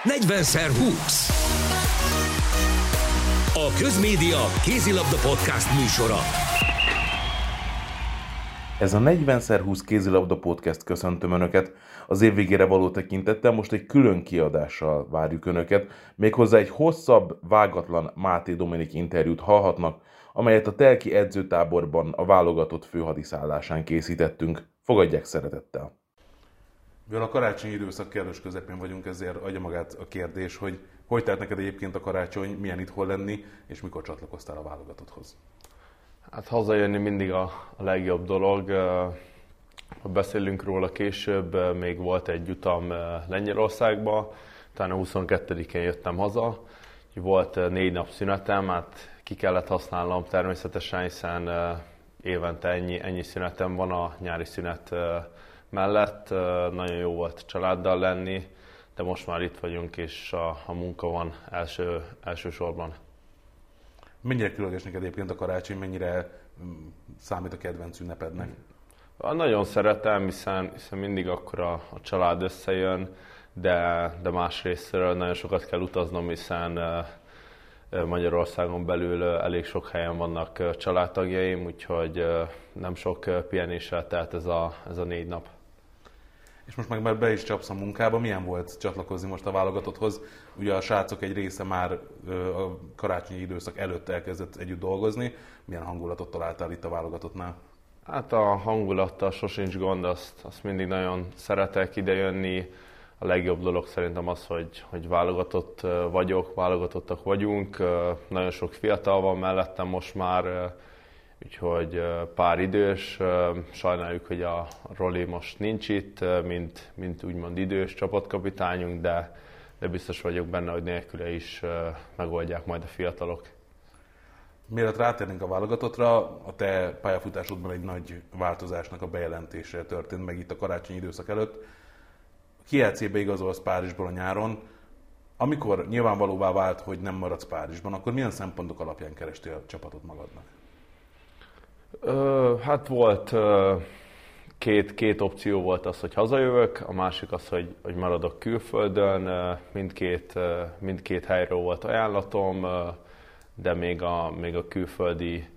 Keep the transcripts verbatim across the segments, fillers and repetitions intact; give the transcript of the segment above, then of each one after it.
negyvenszer húsz. A Közmédia kézilabda podcast műsora. Ez a negyvenszer húsz kézilabda podcast, köszöntöm Önöket. Az év végére való tekintettel most egy külön kiadással várjuk Önöket. Méghozzá egy hosszabb, vágatlan Máté Dominik interjút hallhatnak, amelyet a Telki edzőtáborban a válogatott főhadiszállásán készítettünk. Fogadják szeretettel! Mivel a karácsonyi időszak kellős közepén vagyunk, ezért adja magát a kérdés, hogy hogy telt neked egyébként a karácsony, milyen itthon lenni, és mikor csatlakoztál a válogatotthoz? Hát hazajönni mindig a, a legjobb dolog. Ha beszélünk róla később, még volt egy utam Lengyelországba, utána huszonkettedikén jöttem haza. Volt négy nap szünetem, hát ki kellett használnom természetesen, hiszen évente ennyi, ennyi szünetem van a nyári szünet mellett. Nagyon jó volt családdal lenni, de most már itt vagyunk, és a, a munka van első, elsősorban. Mennyire különleges neked egyébként a karácsony, mennyire számít a kedvenc ünnepednek? Nagyon szeretem, hiszen, hiszen mindig akkor a, a család összejön, de, de másrésztről nagyon sokat kell utaznom, hiszen Magyarországon belül elég sok helyen vannak családtagjaim, úgyhogy nem sok pihenéssel telt ez a, ez a négy nap. És most meg már be is csapsz a munkába, milyen volt csatlakozni most a válogatotthoz? Ugye a srácok egy része már a karácsonyi időszak előtt elkezdett együtt dolgozni. Milyen hangulatot találtál itt a válogatottnál? Hát a hangulattal sosincs gond, azt, azt mindig nagyon szeretek idejönni. A legjobb dolog szerintem az, hogy, hogy válogatott vagyok, válogatottak vagyunk. Nagyon sok fiatal van mellettem most már, úgyhogy pár idős. Sajnáljuk, hogy a Roli most nincs itt, mint, mint úgymond idős csapatkapitányunk, de, de biztos vagyok benne, hogy nélküle is megoldják majd a fiatalok. Mielőtt rátérnénk a válogatottra, a te pályafutásodban egy nagy változásnak a bejelentése történt meg itt a karácsonyi időszak előtt. Kielcébe igazolsz Párizsból a nyáron. Amikor nyilvánvalóvá vált, hogy nem maradsz Párizsban, akkor milyen szempontok alapján kerestél csapatot magadnak? Ö, hát volt ö, két, két opció volt az, hogy hazajövök, a másik az, hogy, hogy maradok külföldön. Mindkét, mindkét helyről volt ajánlatom, de még a, még a külföldi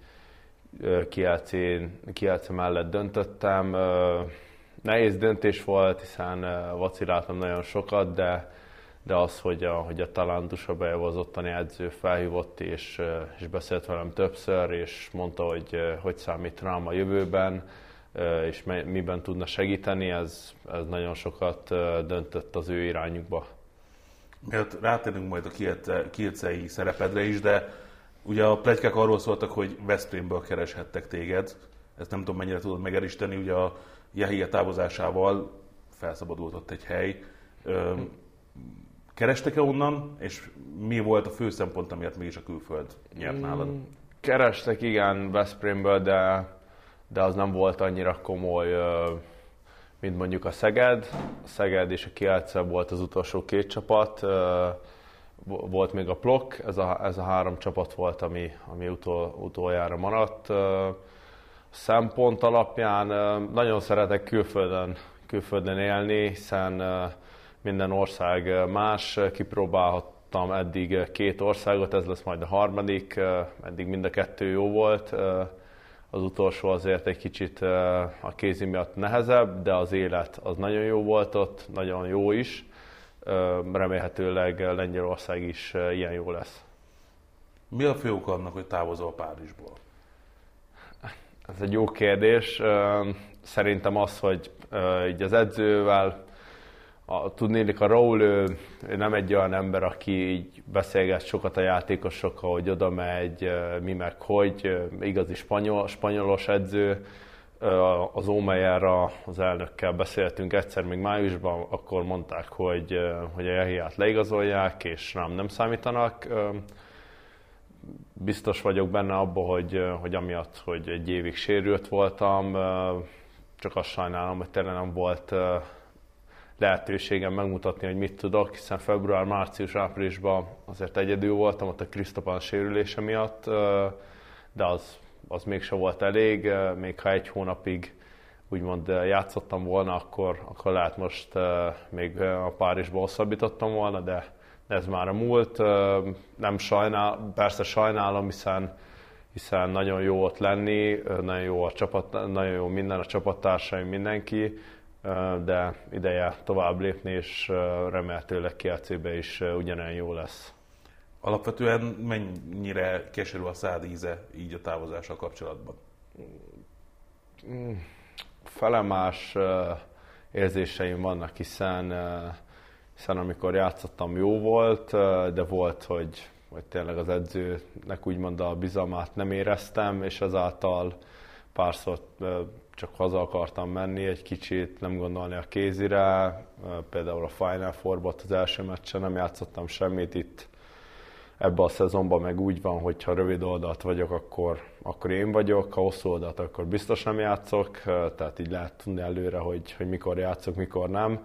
Kielce mellett döntöttem. Nehéz döntés volt, hiszen vaciláltam nagyon sokat, de, de az, hogy a, hogy a Talentusa az ottani edző felhívott és, és beszélt velem többször, és mondta, hogy hogy számít rám a jövőben, és miben tudna segíteni, ez, ez nagyon sokat döntött az ő irányukba. Mert rátérünk majd a kielcei szerepedre is, de ugye a pletykák arról szóltak, hogy Veszprémből kereshettek téged. Ezt nem tudom, mennyire tudod megerősíteni, ugye a Yahia távozásával felszabadult ott egy hely. Kerestek-e onnan, és mi volt a fő szempont, amiatt mégis a külföld nyert nálad? Kerestek, igen, Veszprémből, de, de az nem volt annyira komoly, mint mondjuk a Szeged. A Szeged és a Kielce volt az utolsó két csapat. Volt még a Plok, ez a, ez a három csapat volt, ami, ami utol, utoljára maradt. Szempont alapján nagyon szeretek külföldön, külföldön élni, hiszen minden ország más. Kipróbálhattam eddig két országot, ez lesz majd a harmadik, eddig mind a kettő jó volt. Az utolsó azért egy kicsit a kézi miatt nehezebb, de az élet az nagyon jó volt ott, nagyon jó is. Remélhetőleg Lengyelország is ilyen jó lesz. Mi a fő oka annak, hogy távozol Párizsból? Ez egy jó kérdés. Szerintem az, hogy így az edzővel, a, tudnélik a Raúl, ő nem egy olyan ember, aki így beszélget sokat a játékosokkal, hogy oda megy, mi meg hogy, igazi spanyol, spanyolos edző. Az Ómeyerra, az elnökkel beszéltünk egyszer még májusban, akkor mondták, hogy, hogy a Yahiát leigazolják, és rám nem számítanak. Biztos vagyok benne abban, hogy, hogy amiatt, hogy egy évig sérült voltam, csak azt sajnálom, hogy tényleg nem volt lehetőségem megmutatni, hogy mit tudok, hiszen február, március, áprilisban azért egyedül voltam, ott a Krisztopán sérülése miatt, de az, az mégse volt elég, még ha egy hónapig úgymond játszottam volna, akkor, akkor lehet most még a Párizsba hosszabbítottam volna, de ez már a múlt. Nem sajnál, persze sajnálom, hiszen, hiszen nagyon jó ott lenni, nagyon jó, a csapat, nagyon jó minden, a csapattársaim, mindenki, de ideje tovább lépni, és remélhetőleg K L C-be is ugyanolyan jó lesz. Alapvetően mennyire keserű a szád íze így a távozással kapcsolatban? Felemás érzéseim vannak, hiszen, hiszen amikor játszottam, jó volt, de volt, hogy, hogy tényleg az edzőnek úgymond a bizalmát nem éreztem, és ezáltal párszor csak haza akartam menni egy kicsit, nem gondolni a kézire. Például a Final Four-ban az első meccsen nem játszottam semmit, itt ebben a szezonban meg úgy van, hogy ha rövid oldalt vagyok, akkor, akkor én vagyok, ha hosszú oldalt, akkor biztos nem játszok, tehát így lehet tudni előre, hogy, hogy mikor játszok, mikor nem.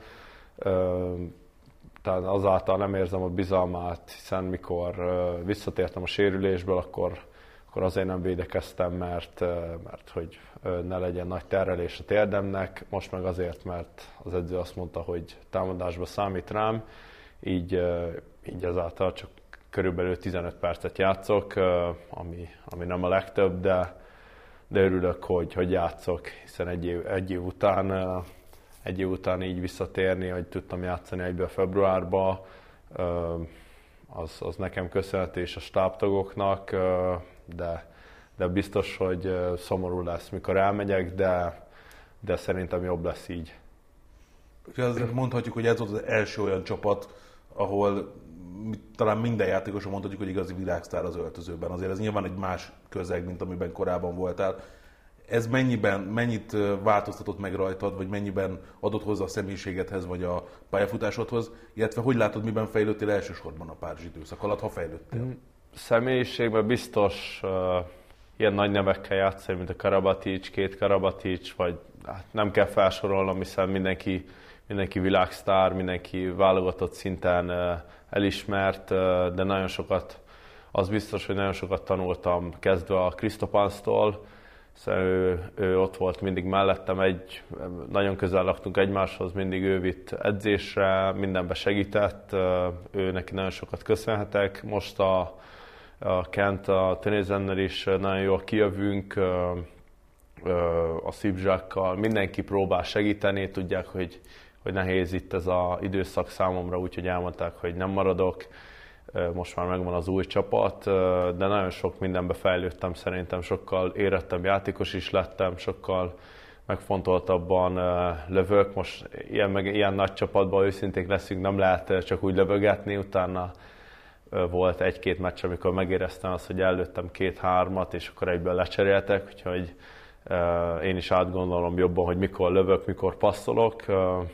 Tehát azáltal nem érzem a bizalmát, hiszen mikor visszatértem a sérülésből, akkor, akkor azért nem védekeztem, mert, mert hogy ne legyen nagy terhelés a térdemnek, most meg azért, mert az edző azt mondta, hogy támadásba számít rám, így, így ezáltal csak körülbelül tizenöt percet játszok, ami, ami nem a legtöbb, de, de örülök, hogy, hogy játszok, hiszen egy év, egy év után egy év után így visszatérni, hogy tudtam játszani egyből februárban, az, az nekem köszönhető és a stábtagoknak, de, de biztos, hogy szomorú lesz, mikor elmegyek, de, de szerintem jobb lesz így. Azért mondhatjuk, hogy ez volt az első olyan csapat, ahol talán minden játékoson mondhatjuk, hogy igazi világsztár az öltözőben. Azért ez nyilván egy más közeg, mint amiben korábban voltál. Ez mennyiben, mennyit változtatott meg rajtad, vagy mennyiben adott hozzá a személyiségedhez, vagy a pályafutásodhoz, illetve hogy látod, miben fejlődtél elsősorban a párizsi időszak alatt, ha fejlődtél? Személyiségben biztos uh, ilyen nagy nevekkel játszani, mint a Karabatic, két Karabatic, vagy hát nem kell felsorolnom, hiszen mindenki, mindenki világsztár, mindenki válogatott szinten uh, elismert, uh, de nagyon sokat, az biztos, hogy nagyon sokat tanultam kezdve a Krisztopánztól. Szóval ő, ő ott volt mindig mellettem, egy, nagyon közel laktunk egymáshoz, mindig ő vitt edzésre, mindenbe segített, ő neki nagyon sokat köszönhetek. Most a, a Kent, a Tenezennel is nagyon jól kijövünk, a Szibzsákkal, mindenki próbál segíteni, tudják, hogy, hogy nehéz itt ez az időszak számomra, úgyhogy elmondták, hogy nem maradok. Most már megvan az új csapat, de nagyon sok mindenbe fejlődtem szerintem, sokkal érettebb játékos is lettem, sokkal megfontoltabban lövök. Most ilyen, meg, ilyen nagy csapatban őszinték leszünk, nem lehet csak úgy lövögetni, utána volt egy-két meccs, amikor megéreztem azt, hogy előttem két-hármat, és akkor egyből lecseréltek, úgyhogy én is átgondolom jobban, hogy mikor lövök, mikor passzolok.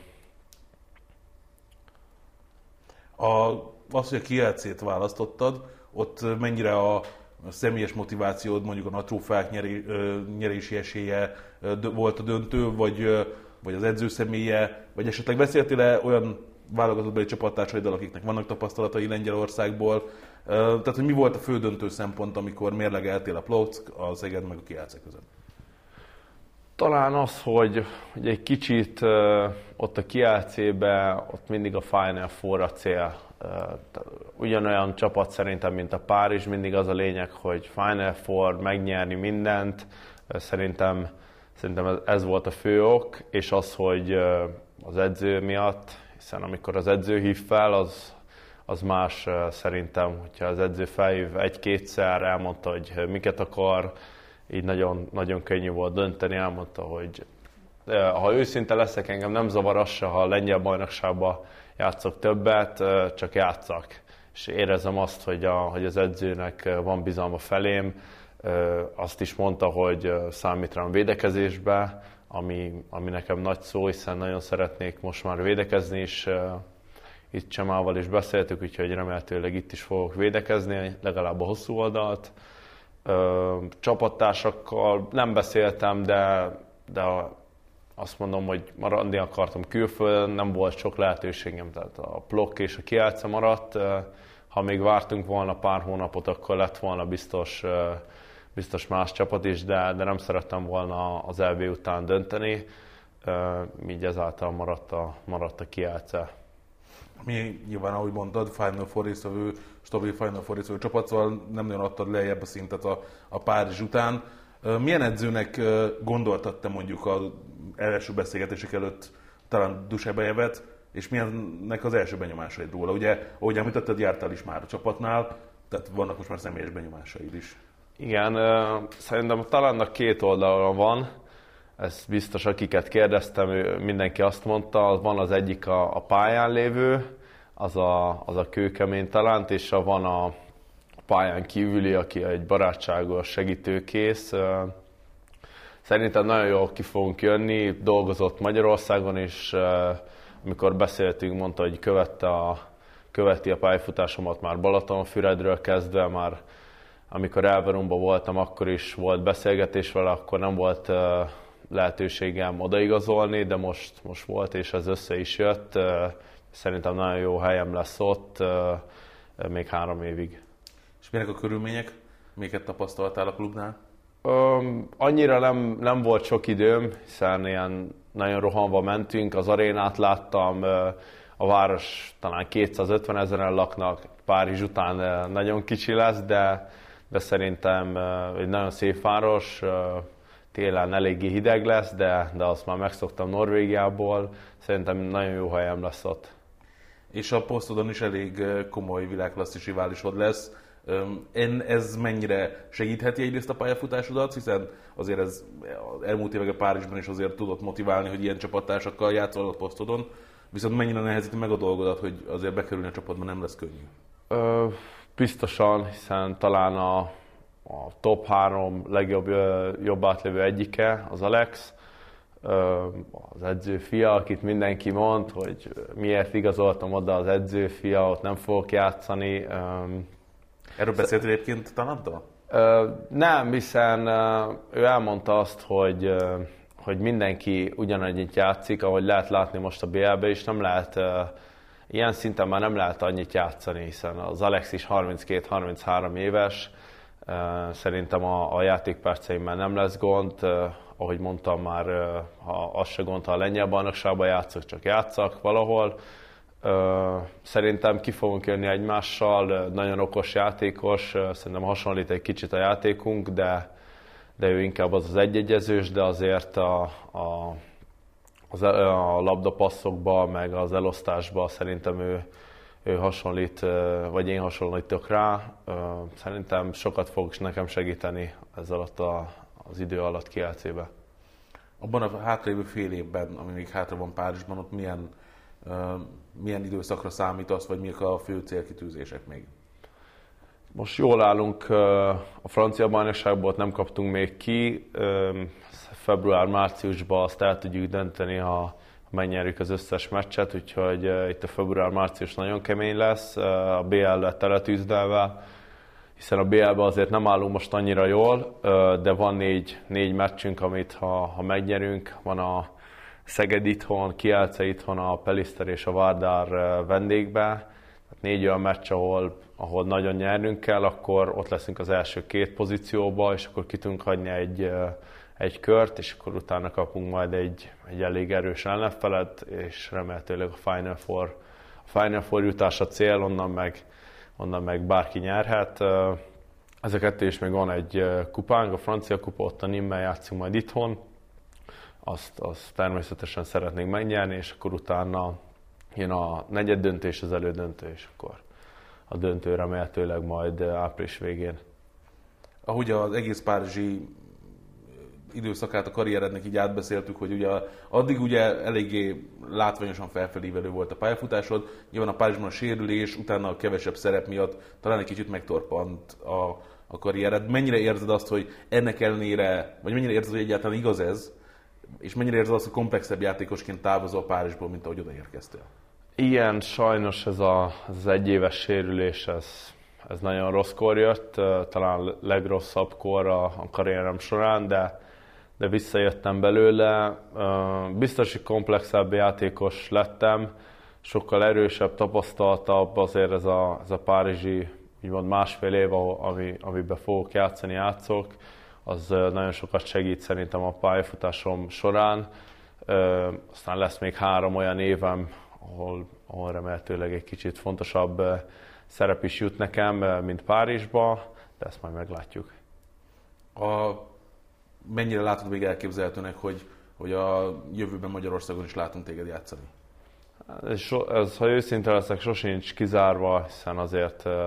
A Az, hogy a K L C-t választottad, ott mennyire a személyes motivációd, mondjuk a nagy trófeák nyerési esélye volt a döntő, vagy, vagy az edző személye, vagy esetleg beszéltél-e olyan válogatottbeli csapattársaidal, akiknek vannak tapasztalatai Lengyelországból? Tehát, hogy mi volt a fő döntő szempont, amikor mérlegeltél a Plock, a Szeged meg a K L C között? Talán az, hogy, hogy egy kicsit uh, ott a K L C-be, ott mindig a Final Four a cél. Uh, ugyanolyan csapat szerintem, mint a Párizs, mindig az a lényeg, hogy Final Four, megnyerni mindent. Uh, szerintem, szerintem ez, ez volt a fő ok, és az, hogy uh, az edző miatt, hiszen amikor az edző hív fel, az, az más uh, szerintem, hogyha az edző felhív egy-kétszer, elmondta, hogy miket akar, így nagyon, nagyon könnyű volt dönteni, elmondta, hogy ha őszinte leszek, engem nem zavar az se, ha a lengyel bajnokságban játszok többet, csak játszak. És érezem azt, hogy, a, hogy az edzőnek van bizalma felém. Azt is mondta, hogy számít rám védekezésbe, ami, ami nekem nagy szó, hiszen nagyon szeretnék most már védekezni is. Itt Csemával is beszéltük, úgyhogy remélhetőleg itt is fogok védekezni, legalább a hosszú oldalt. Ö, csapattársakkal nem beszéltem, de, de azt mondom, hogy maradni akartam külföldön, nem volt sok lehetőségem, tehát a Plock és a K L C maradt. Ha még vártunk volna pár hónapot, akkor lett volna biztos biztos más csapat is, de, de nem szerettem volna az é bé után dönteni, így ezáltal maradt a, maradt a Kielce. Mi nyilván, ahogy mondtad, Final Four résztvevő, stabil Final Four résztvevő csapat, szóval nem nagyon adtad lejjebb a szintet a, a Párizs után. Milyen edzőnek gondoltad te mondjuk az első beszélgetések előtt talán Dushebajevet, és milyennek az első benyomásaid róla? Ugye, ahogy említetted, jártál is már a csapatnál, tehát vannak most már személyes benyomásaid is. Igen, szerintem talán két oldalon van. Ez biztos, akiket kérdeztem, mindenki azt mondta, van az egyik a, a pályán lévő, az a, az a kőkemény talánt, és a, van a pályán kívüli, aki egy barátságos, segítőkész. Szerintem nagyon jól ki fogunk jönni, dolgozott Magyarországon is, amikor beszéltünk, mondta, hogy követte a, követi a pályafutásomat már Balatonfüredről kezdve, már amikor Elverumban voltam, akkor is volt beszélgetés vele, akkor nem volt lehetőségem odaigazolni, de most, most volt, és ez össze is jött. Szerintem nagyon jó helyem lesz ott, még három évig. És milyenek a körülmények? Miket tapasztaltál a klubnál? Um, annyira nem, nem volt sok időm, hiszen ilyen nagyon rohanva mentünk, az arénát láttam, a város talán kétszázötven ezeren laknak, Párizs után nagyon kicsi lesz, de, de szerintem egy nagyon szép város, télen eléggé hideg lesz, de, de azt már megszoktam Norvégiából, szerintem nagyon jó helyem lesz ott. És a posztodon is elég komoly világklasszis riválisod lesz. Ez mennyire segítheti egyrészt a pályafutásodat, hiszen azért ez az elmúlt években Párizsban is azért tudott motiválni, hogy ilyen csapattársakkal játszol a posztodon, viszont mennyire nehezíti meg a dolgodat, hogy azért bekerülni a csapatban nem lesz könnyű? Ö, biztosan, hiszen talán a, a top három legjobb jobb átlévő egyike az Alex, az edző fia, akit mindenki mond, hogy miért igazoltam oda az edző fia, ott nem fogok játszani. Erről beszéltél egyébként Talantal? Nem, hiszen ő elmondta azt, hogy, hogy mindenki ugyanannyit játszik, ahogy lehet látni most a bé el-be is, nem lehet, ilyen szinten már nem lehet annyit játszani, hiszen az Alex is harminckét-harminchárom éves, szerintem a, a játékperceimmel nem lesz gond, ahogy mondtam már, ha az se gond, ha a lengyel bajnokságban játszok, csak játszak valahol. Szerintem ki fogunk jönni egymással, nagyon okos játékos, szerintem hasonlít egy kicsit a játékunk, de, de ő inkább az az egyegyezős, de azért a, a, az, a labdapasszokban, meg az elosztásban szerintem ő, ő hasonlít, vagy én hasonlítok rá. Szerintem sokat fog nekem segíteni ez alatt a, az idő alatt Kielcébe. Abban a hátralévő fél évben, ami még hátra van Párizsban, ott milyen Uh, milyen időszakra számítasz, vagy mik a fő célkitűzések még? Most jól állunk, a francia bajnokságból nem kaptunk még ki. Február-márciusban azt el tudjuk dönteni, ha megnyerjük az összes meccset, úgyhogy itt a február-március nagyon kemény lesz a bé el-le teletűzdelve, hiszen a bé el-ben azért nem állunk most annyira jól, de van négy, négy meccsünk, amit ha, ha megnyerünk, van a Szeged itthon, Kielce itthon, a Peliszter és a Vardar vendégbe. Tehát négy olyan meccs, ahol, ahol nagyon nyernünk kell, akkor ott leszünk az első két pozícióba, és akkor ki tudunk hagyni egy, egy kört, és akkor utána kapunk majd egy, egy elég erős ellenfelet, és remélhetőleg a Final Four, a Final Four jutás a cél, onnan meg, onnan meg bárki nyerhet. Ez a kettő is még van egy kupánk, a francia kupa, ott a Nimmel játszunk majd itthon. Azt, azt természetesen szeretnénk megnyerni, és akkor utána jön a negyed döntő és az elődöntő, és akkor a döntő remélhetőleg majd április végén. Ahogy az egész párizsi időszakát a karrierednek így átbeszéltük, hogy ugye addig ugye eléggé látványosan felfelívelő volt a pályafutásod, nyilván a Párizsban a sérülés, utána a kevesebb szerep miatt talán egy kicsit megtorpant a, a karriered. Mennyire érzed azt, hogy ennek ellenére, vagy mennyire érzed, hogy egyáltalán igaz ez, és mennyire érzed azt, hogy komplexebb játékosként távozol Párizsból, mint ahogy odaérkeztél? Igen, sajnos ez, a, ez az egyéves sérülés, ez, ez nagyon rosszkor jött, talán legrosszabb kor a, a karrierem során, de, de visszajöttem belőle. Biztos, hogy komplexebb játékos lettem, sokkal erősebb, tapasztaltabb azért ez a, ez a párizsi úgymond másfél év, ami, amiben fogok játszani, játszok, az nagyon sokat segít szerintem a pályafutásom során. Aztán lesz még három olyan évem, ahol, ahol remélhetőleg egy kicsit fontosabb szerep is jut nekem, mint Párizsba, de ezt majd meglátjuk. A, mennyire látod még elképzelhetőnek, hogy, hogy a jövőben Magyarországon is látunk téged játszani? Ez, ez, ha őszinte leszek, sosincs kizárva, hiszen azért uh,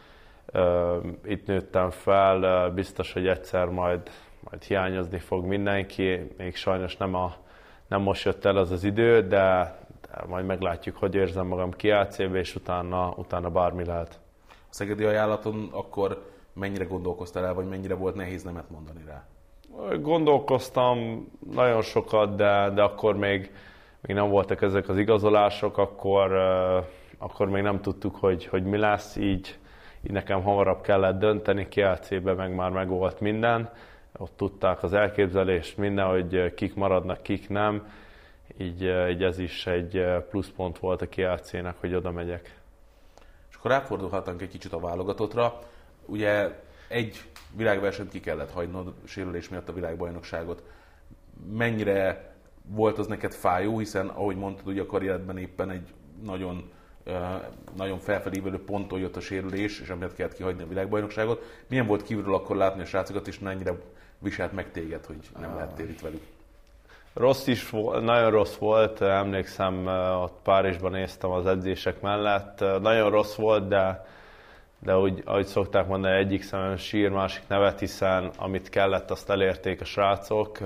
uh, itt nőttem fel, uh, biztos, hogy egyszer majd, majd hiányozni fog mindenki, még sajnos nem, a, nem most jött el az az idő, de, de majd meglátjuk, hogy érzem magam ki á cé-be, és utána, utána bármi lehet. A szegedi ajánlaton akkor mennyire gondolkoztál el, vagy mennyire volt nehéz nemet mondani rá? Gondolkoztam nagyon sokat, de, de akkor még, még nem voltak ezek az igazolások, akkor, uh, akkor még nem tudtuk, hogy, hogy mi lesz, így, így nekem hamarabb kellett dönteni, ki á cé-be meg már megvolt minden, ott tudták az elképzelést, minden, hogy kik maradnak, kik nem, így, így ez is egy pluszpont volt a ki á cé-nek, hogy oda megyek. És akkor ráfordulhatnánk egy kicsit a válogatottra. Ugye egy világversenyt ki kellett hagynod sérülés miatt a világbajnokságot. Mennyire volt az neked fájó, hiszen ahogy mondtad, ugye a karrieredben éppen egy nagyon, nagyon felfelévelő ponttól jött a sérülés, és emiatt kellett kihagyni a világbajnokságot. Milyen volt kívülről akkor látni a srácokat, és mennyire viselt meg téged, hogy nem lehettél itt velük? Rossz is volt, nagyon rossz volt, emlékszem, ott Párizsban néztem az edzések mellett. Nagyon rossz volt, de, de úgy, ahogy szokták mondani, egyik szemem sír, másik nevet, hiszen amit kellett, azt elérték a srácok.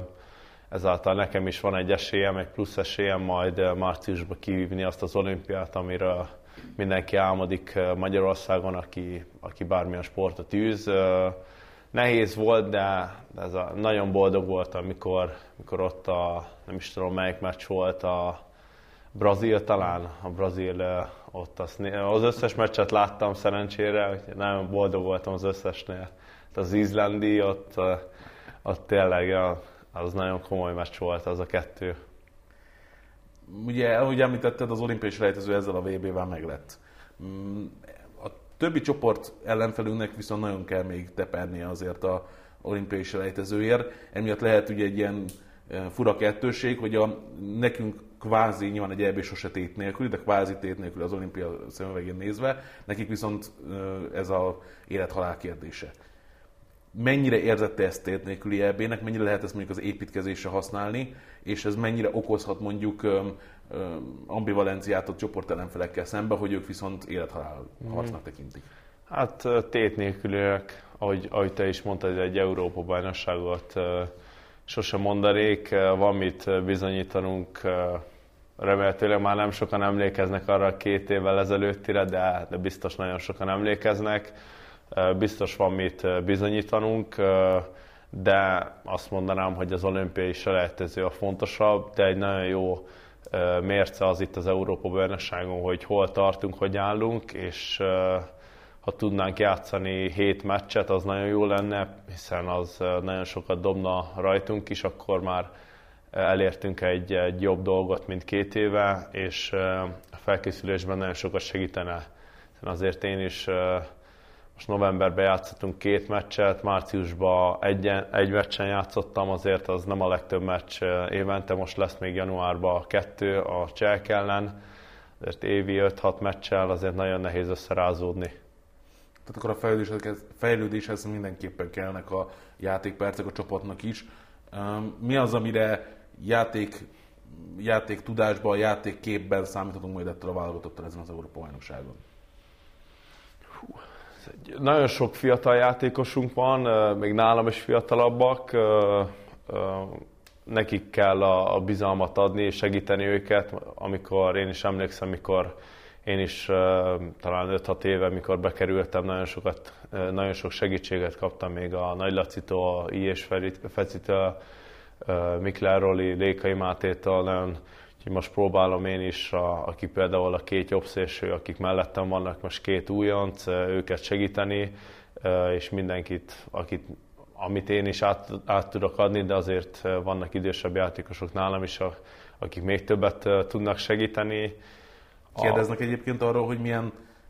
Ezáltal nekem is van egy esélyem, egy plusz esélyem majd márciusban kivívni azt az olimpiát, amiről mindenki álmodik Magyarországon, aki, aki bármilyen sportot űz. Nehéz volt, de, de ez a, nagyon boldog voltam, amikor, amikor ott a, nem is tudom melyik meccs volt, a Brazil talán, a Brazil, ott azt, az összes meccset láttam szerencsére, úgyhogy nagyon boldog voltam az összesnél. Az izlandi, ott, ott tényleg az nagyon komoly meccs volt, az a kettő. Ugye, ahogy említetted, az olimpiai selejtező ezzel a vé bé-vel meglett. A többi csoport ellenfelünknek viszont nagyon kell még tepernie azért az olimpiai selejtezőért. Emiatt lehet ugye egy ilyen fura kettőség, hogy a, nekünk kvázi nyilván egy é bé sose tét nélkül, de kvázi tét nélkül az olimpia szemüvegén nézve, nekik viszont ez az élet-halál kérdése. Mennyire érzette ezt tét nélküli é bé-nek, mennyire lehet ezt mondjuk az építkezésre használni, és ez mennyire okozhat mondjuk ambivalenciát a csoport ellenfelekkel szemben, hogy ők viszont élet-halál harcnak tekintik? Hát tét nélküliek, ahogy, ahogy te is mondtad, egy Európa-bajnokságot sosem mondanék, van mit bizonyítanunk, remélhetőleg már nem sokan emlékeznek arra a két évvel ezelőttire, de, de biztos nagyon sokan emlékeznek. Biztos van mit bizonyítanunk, de azt mondanám, hogy az olimpiai selejtező a fontosabb, de egy nagyon jó mérce az itt az Európa-bajnokságon, hogy hol tartunk, hogy állunk, és ha tudnánk játszani hét meccset, az nagyon jó lenne, hiszen az nagyon sokat dobna rajtunk is, akkor már elértünk egy, egy jobb dolgot, mint két éve, és a felkészülésben nagyon sokat segítene. Azért én is most novemberben játszottunk két meccset, márciusban egy, egy meccsen játszottam, azért az nem a legtöbb meccs évente, most lesz még januárban kettő a csehek ellen, azért évi öt-hat meccsel azért nagyon nehéz összerázódni. Tehát akkor a fejlődéshez, fejlődéshez mindenképpen kellnek a játékpercek a csapatnak is. Mi az, amire játék, játék tudásban, játék képben számíthatunk majd ettől a válogatottal ezen az Európa-bajnokságon? Nagyon sok fiatal játékosunk van, még nálam is fiatalabbak. Nekik kell a bizalmat adni és segíteni őket. Amikor én is emlékszem, mikor én is talán öt-hat éve, mikor bekerültem, nagyon, sokat, nagyon sok segítséget kaptam még a Nagy Lacitól, a I. és Fecitől, Mikler Roli, Lékai Mátétól, nagyon. Úgyhogy most próbálom én is, a, aki például a két jobbszélső, akik mellettem vannak, most két újonc, őket segíteni, és mindenkit, akit, amit én is át, át tudok adni, de azért vannak idősebb játékosok nálam is, akik még többet tudnak segíteni. Kérdeznek egyébként arról, hogy milyen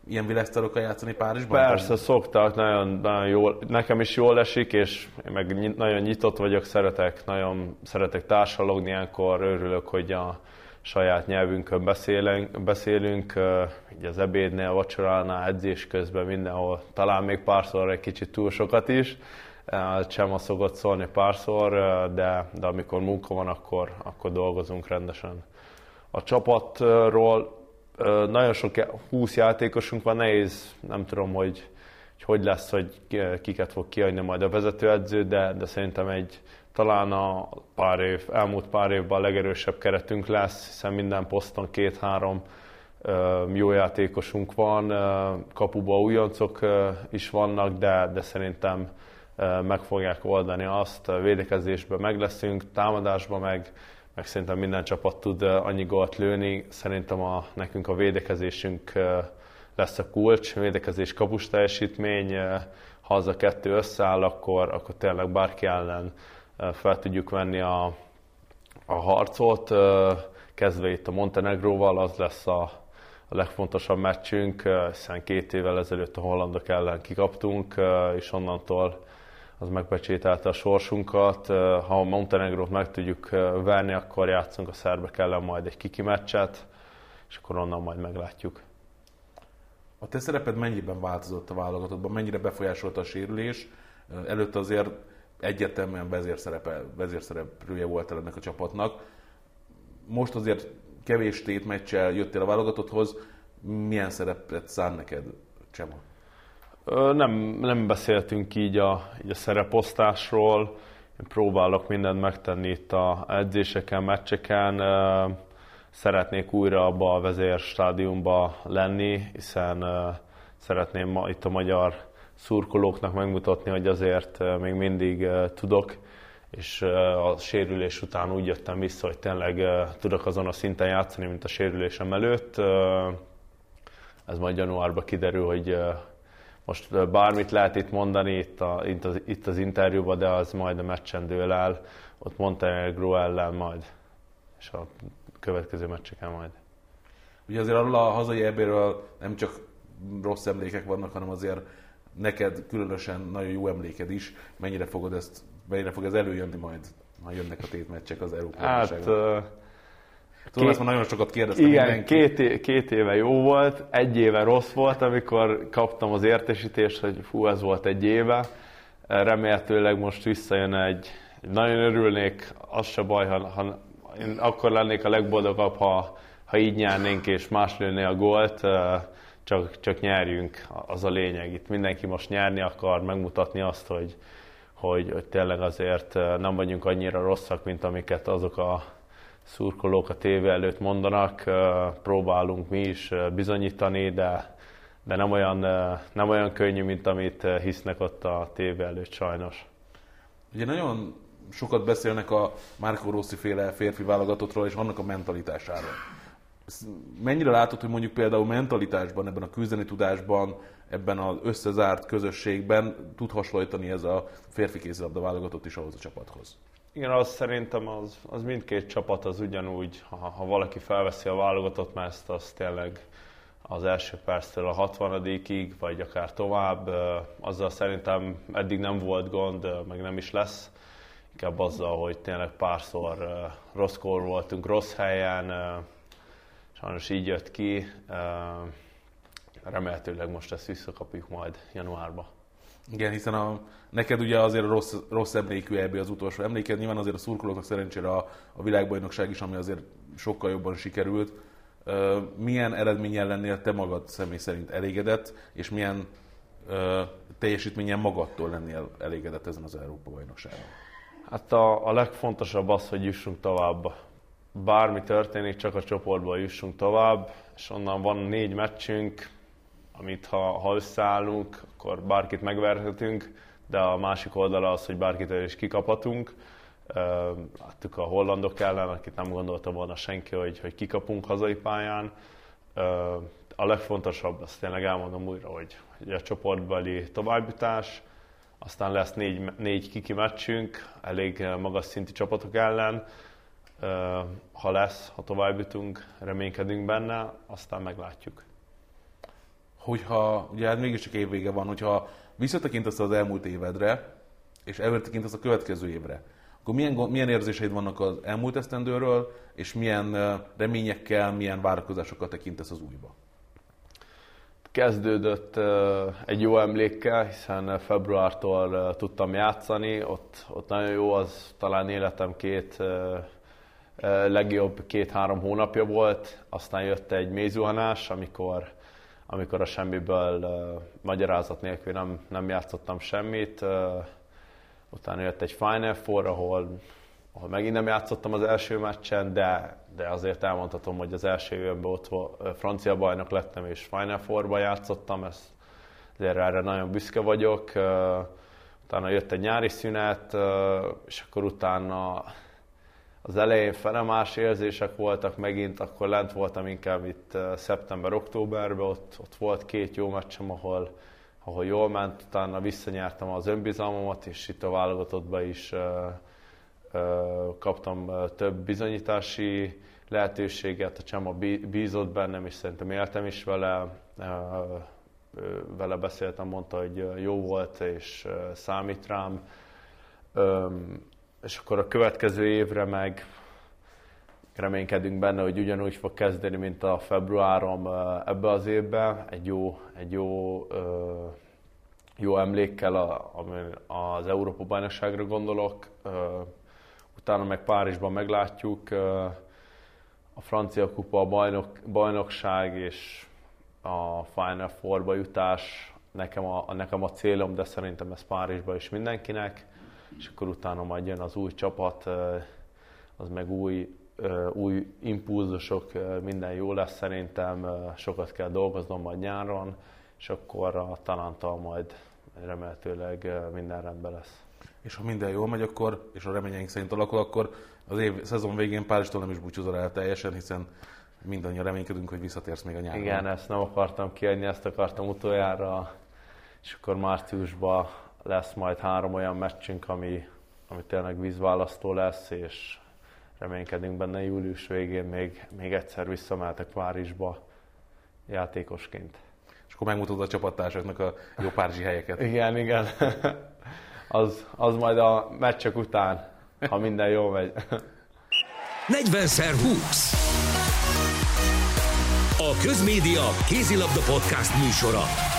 ilyen világsztárokkal játszani Párizsban? Persze, szoktak, nagyon, nagyon jól, nekem is jól esik, és én meg nagyon nyitott vagyok, szeretek, nagyon szeretek társalogni, ilyenkor örülök, hogy a saját nyelvünkön beszélünk, beszélünk így az ebédnél, vacsoránál, edzés közben, mindenhol, talán még párszor egy kicsit túl sokat is. Csema szokott szólni párszor, de, de amikor munka van, akkor, akkor dolgozunk rendesen. A csapatról nagyon sok, húsz játékosunk van, nehéz, nem tudom, hogy hogy, hogy lesz, hogy kiket fog kiadni majd a vezetőedző, de, de szerintem egy talán a pár év, elmúlt pár évben a legerősebb keretünk lesz, hiszen minden poszton két-három jó játékosunk van, kapuba újoncok is vannak, de, de szerintem meg fogják oldani azt, védekezésben meg leszünk, támadásban meg, meg szerintem minden csapat tud annyi gólt lőni. Szerintem a, nekünk a védekezésünk lesz a kulcs, védekezés kapus teljesítmény, ha az a kettő összeáll, akkor, akkor tényleg bárki ellen fel tudjuk venni a, a harcot. Kezdve itt a Montenegróval, az lesz a, a legfontosabb meccsünk, hiszen két évvel ezelőtt a hollandok ellen kikaptunk, és onnantól az megbecsételte a sorsunkat. Ha a Montenegrót meg tudjuk verni, akkor játszunk a szerbek ellen majd egy kiki meccset, és akkor onnan majd meglátjuk. A te szereped mennyiben változott a válogatottban, mennyire befolyásolta a sérülés? Előtte azért egyértelműen vezérszerepe, vezérszereplője voltál ennek a csapatnak. Most azért kevés tétmeccsel jöttél a válogatotthoz. Milyen szerepet szán neked, Csema? Nem, nem beszéltünk így a, így a szereposztásról. Én próbálok mindent megtenni itt a edzéseken, meccseken. Szeretnék újra abba a vezérstádiumba lenni, hiszen szeretném ma, itt a magyar szurkolóknak megmutatni, hogy azért még mindig tudok, és a sérülés után úgy jöttem vissza, hogy tényleg tudok azon a szinten játszani, mint a sérülésem előtt. Ez majd januárban kiderül, hogy most bármit lehet itt mondani itt, a, itt, az, itt az interjúban, de az majd a meccsen dől el, ott Montenegro ellen majd, és a következő meccseken majd. Ugye azért arról a hazai é béről nem csak rossz emlékek vannak, hanem azért neked különösen nagyon jó emléked is. Mennyire fogod ezt, mennyire fog ez előjönni majd, ha jönnek a tétmeccsek az Európai Bajnokságon? Hát, Tudom, ezt már nagyon sokat kérdeztem igen, mindenki. Két, é- két éve jó volt, egy éve rossz volt, amikor kaptam az értesítést, hogy fú, ez volt egy éve. Remélhetőleg most visszajön egy, nagyon örülnék, az se baj, ha, ha én akkor lennék a legboldogabb, ha, ha így nyernénk és más lőné a gólt, csak, csak nyerjünk, az a lényeg. Itt mindenki most nyerni akar, megmutatni azt, hogy, hogy, hogy tényleg azért nem vagyunk annyira rosszak, mint amiket azok a szurkolók a tévé előtt mondanak. Próbálunk mi is bizonyítani, de, de nem, olyan, nem olyan könnyű, mint amit hisznek ott a tévé előtt sajnos. Ugye nagyon sokat beszélnek a Marco Rossi féle férfi válogatottról és annak a mentalitásáról. Mennyire látod, hogy mondjuk például mentalitásban, ebben a küzdeni tudásban, ebben az összezárt közösségben tud hasonlítani ez a férfi kézilabda válogatott is ahhoz a csapathoz? Igen, az szerintem az, az mindkét csapat az ugyanúgy, ha, ha valaki felveszi a válogatott mezt, az tényleg az első perctől a hatvanadikig, vagy akár tovább, azzal szerintem eddig nem volt gond, meg nem is lesz. Inkább azzal, hogy tényleg párszor rosszkor voltunk, rossz helyen, sajnos így jött ki. Remélhetőleg most ezt visszakapjuk majd januárban. Igen, hiszen a, neked ugye azért rossz, rossz emlékű é bé az utolsó emléked, nyilván azért a szurkolóknak szerencsére a, a világbajnokság is, ami azért sokkal jobban sikerült. Milyen eredménnyel lennél te magad személy szerint elégedett, és milyen uh, teljesítményen magadtól lennél elégedett ezen az Európa-bajnokságon? Hát a, a legfontosabb az, hogy jussunk tovább. Bármi történik, csak a csoportból jussunk tovább, és onnan van négy meccsünk, amit ha, ha összeállunk, akkor bárkit megverhetünk, de a másik oldala az, hogy bárkitől is kikaphatunk. Láttuk a hollandok ellen, akit nem gondolta volna senki, hogy, hogy kikapunk hazai pályán. A legfontosabb, azt tényleg elmondom újra, hogy, hogy a csoportbeli továbbjutás, aztán lesz négy, négy kiki meccsünk, elég magas szintű csapatok ellen. Ha lesz, ha továbbjutunk, reménykedünk benne, aztán meglátjuk. Hogyha, ugye hát mégiscsak évvége van, hogyha visszatekintesz az elmúlt évedre, és előtekintesz a következő évre, akkor milyen, milyen érzéseid vannak az elmúlt esztendőről, és milyen reményekkel, milyen várakozásokkal tekintesz az újba? Kezdődött egy jó emlékkel, hiszen februártól tudtam játszani, ott, ott nagyon jó, az talán életem két legjobb két-három hónapja volt, aztán jött egy mélyzuhanás, amikor, amikor a semmiből magyarázat nélkül nem, nem játszottam semmit, utána jött egy Final Four, ahol, ahol megint nem játszottam az első meccsen, de, de azért elmondhatom, hogy az első évben ott volt, francia bajnok lettem, és Final Fourban játszottam, ezt, ezért erre nagyon büszke vagyok. Utána jött egy nyári szünet, és akkor utána az elején fele más érzések voltak megint, akkor lent voltam inkább itt szeptember-októberben, ott, ott volt két jó meccsem, ahol, ahol jól ment, utána visszanyertem az önbizalmamat, és itt a válogatottban is uh, uh, kaptam több bizonyítási lehetőséget, a Csema bízott bennem, és szerintem éltem is vele, uh, vele beszéltem, mondta, hogy jó volt, és uh, számít rám. Um, és akkor a következő évre meg reménykedünk benne, hogy ugyanúgy fog kezdeni, mint a februárom ebbe az évben, egy jó, egy jó, jó emlékkel az Európa-bajnokságra gondolok. Utána meg Párizsban meglátjuk a francia kupa, a bajnok, bajnokság és a Final Four-ba jutás nekem a, nekem a célom, de szerintem ez Párizsban is mindenkinek. És akkor utána majd jön az új csapat, az meg új, új impulzusok, minden jó lesz szerintem, sokat kell dolgoznom majd nyáron, és akkor a Talanttal majd remélhetőleg minden rendben lesz. És ha minden jól megy, akkor, és a reményeink szerint alakul, akkor az év szezon végén Párizstól nem is búcsúzol el teljesen, hiszen mindannyian reménykedünk, hogy visszatérsz még a nyáron. Igen, ezt nem akartam kiadni, ezt akartam utoljára, és akkor márciusban lesz majd három olyan meccsünk, ami, ami tényleg vízválasztó lesz, és reménykedünk benne július végén még, még egyszer visszamehetek Párizsba játékosként. És akkor megmutatod a csapattársaknak a jó párizsi helyeket. Igen, igen. Az, az majd a meccsek után, ha minden jól megy. negyvenszer húsz. A Közmédia kézilabda podcast műsora.